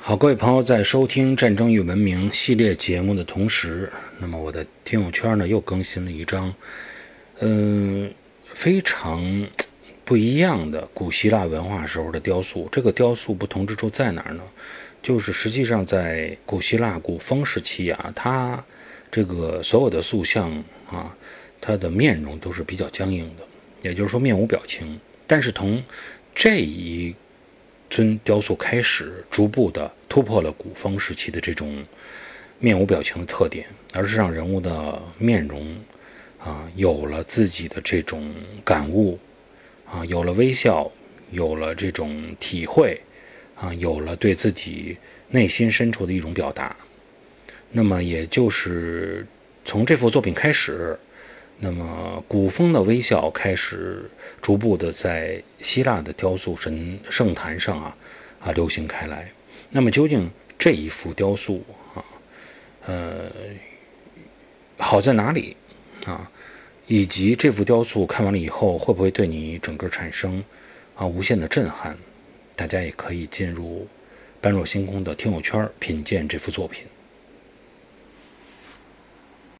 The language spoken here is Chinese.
好，各位朋友，在收听《战争与文明》系列节目的同时，那么我的听友圈呢又更新了一张，非常不一样的古希腊文化时候的雕塑。这个雕塑不同之处在哪儿呢？就是实际上在古希腊古风时期啊，它这个所有的塑像啊，它的面容都是比较僵硬的，也就是说面无表情。但是从这一尊雕塑开始逐步的突破了古风时期的这种面无表情的特点，而是让人物的面容有了自己的这种感悟有了微笑，有了这种体会有了对自己内心深处的一种表达。那么也就是从这幅作品开始，那么古风的微笑开始逐步的在希腊的雕塑圣坛上流行开来。那么究竟这一幅雕塑好在哪里以及这幅雕塑看完了以后会不会对你整个产生无限的震撼？大家也可以进入般若星空的听友圈品鉴这幅作品。